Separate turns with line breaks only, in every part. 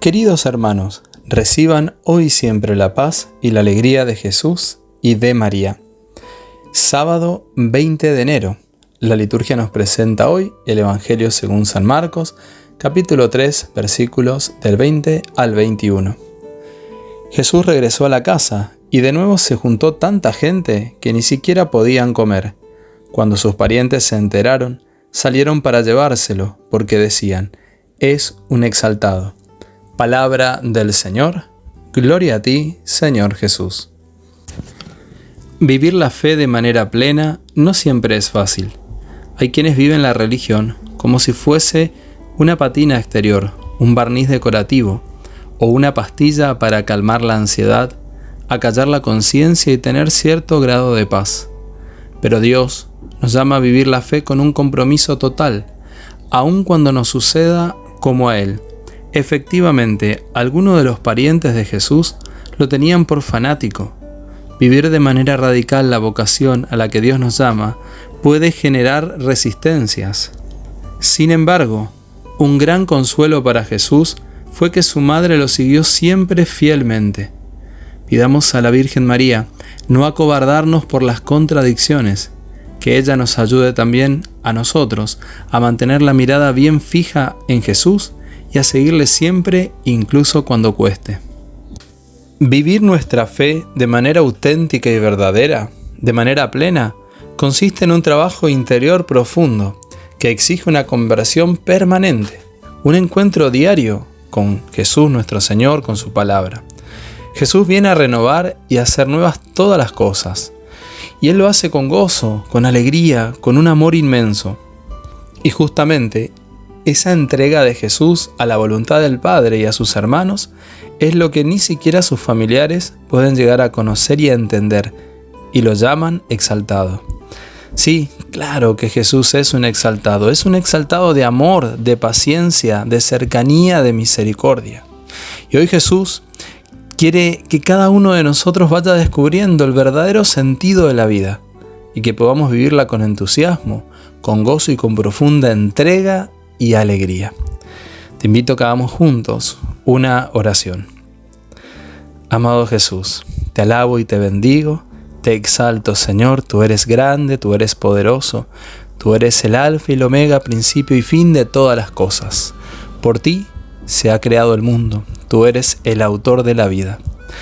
Queridos hermanos, reciban hoy y siempre la paz y la alegría de Jesús y de María. Sábado 20 de enero. La liturgia nos presenta hoy el Evangelio según San Marcos, capítulo 3, versículos del 20 al 21. Jesús regresó a la casa y de nuevo se juntó tanta gente que ni siquiera podían comer. Cuando sus parientes se enteraron, salieron para llevárselo, porque decían: «Es un exaltado». Palabra del Señor. Gloria a ti, Señor Jesús. Vivir la fe de manera plena no siempre es fácil. Hay quienes viven la religión como si fuese una patina exterior, un barniz decorativo o una pastilla para calmar la ansiedad, acallar la conciencia y tener cierto grado de paz. Pero Dios nos llama a vivir la fe con un compromiso total, aun cuando nos suceda como a Él. Efectivamente, algunos de los parientes de Jesús lo tenían por fanático. Vivir de manera radical la vocación a la que Dios nos llama puede generar resistencias. Sin embargo, un gran consuelo para Jesús fue que su madre lo siguió siempre fielmente. Pidamos a la Virgen María no acobardarnos por las contradicciones, que ella nos ayude también a nosotros a mantener la mirada bien fija en Jesús y a seguirle siempre, incluso cuando cueste. Vivir nuestra fe de manera auténtica y verdadera, de manera plena, consiste en un trabajo interior profundo que exige una conversión permanente, un encuentro diario con Jesús nuestro Señor, con su palabra. Jesús viene a renovar y a hacer nuevas todas las cosas, y Él lo hace con gozo, con alegría, con un amor inmenso. Y justamente esa entrega de Jesús a la voluntad del Padre y a sus hermanos es lo que ni siquiera sus familiares pueden llegar a conocer y a entender, y lo llaman exaltado. Sí, claro que Jesús es un exaltado de amor, de paciencia, de cercanía, de misericordia. Y hoy Jesús quiere que cada uno de nosotros vaya descubriendo el verdadero sentido de la vida y que podamos vivirla con entusiasmo, con gozo y con profunda entrega y alegría. Te invito a que hagamos juntos una oración. Amado Jesús, te alabo y te bendigo, te exalto, Señor. Tú eres grande, tú eres poderoso, tú eres el alfa y el omega, principio y fin de todas las cosas. Por ti se ha creado el mundo, tú eres el autor de la vida.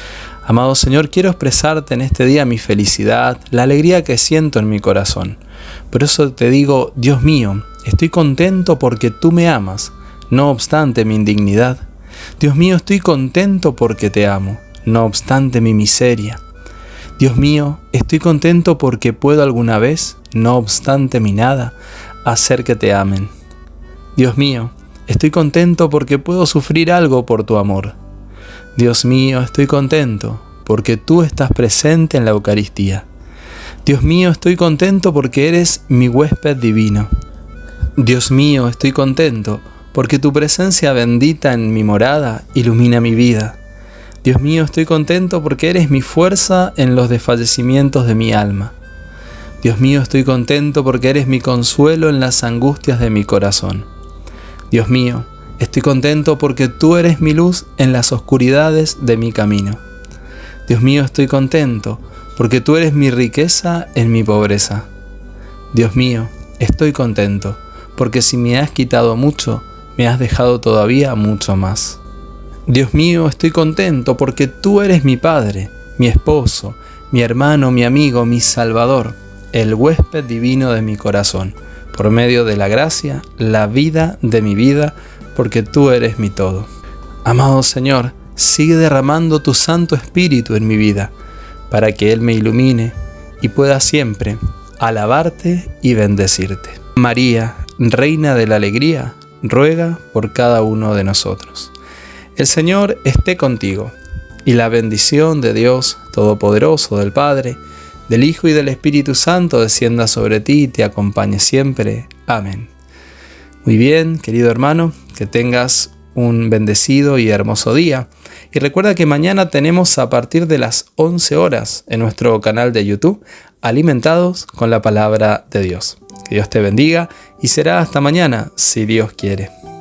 Amado Señor, quiero expresarte en este día mi felicidad, la alegría que siento en mi corazón. Por eso te digo: Dios mío, estoy contento porque tú me amas, no obstante mi indignidad. Dios mío, estoy contento porque te amo, no obstante mi miseria. Dios mío, estoy contento porque puedo alguna vez, no obstante mi nada, hacer que te amen. Dios mío, estoy contento porque puedo sufrir algo por tu amor. Dios mío, estoy contento porque tú estás presente en la Eucaristía. Dios mío, estoy contento porque eres mi huésped divino. Dios mío, estoy contento porque tu presencia bendita en mi morada ilumina mi vida. Dios mío, estoy contento porque eres mi fuerza en los desfallecimientos de mi alma. Dios mío, estoy contento porque eres mi consuelo en las angustias de mi corazón. Dios mío, estoy contento porque tú eres mi luz en las oscuridades de mi camino. Dios mío, estoy contento porque tú eres mi riqueza en mi pobreza. Dios mío, estoy contento porque si me has quitado mucho, me has dejado todavía mucho más. Dios mío, estoy contento porque tú eres mi Padre, mi esposo, mi hermano, mi amigo, mi Salvador, el huésped divino de mi corazón, por medio de la gracia, la vida de mi vida, porque tú eres mi todo. Amado Señor, sigue derramando tu Santo Espíritu en mi vida, para que Él me ilumine y pueda siempre alabarte y bendecirte. María, Reina de la Alegría, ruega por cada uno de nosotros. El Señor esté contigo, y la bendición de Dios Todopoderoso, del Padre, del Hijo y del Espíritu Santo descienda sobre ti y te acompañe siempre. Amén. Muy bien, querido hermano, que tengas un bendecido y hermoso día. Y recuerda que mañana tenemos a partir de las 11 horas en nuestro canal de YouTube, Alimentados con la Palabra de Dios. Que Dios te bendiga y será hasta mañana, si Dios quiere.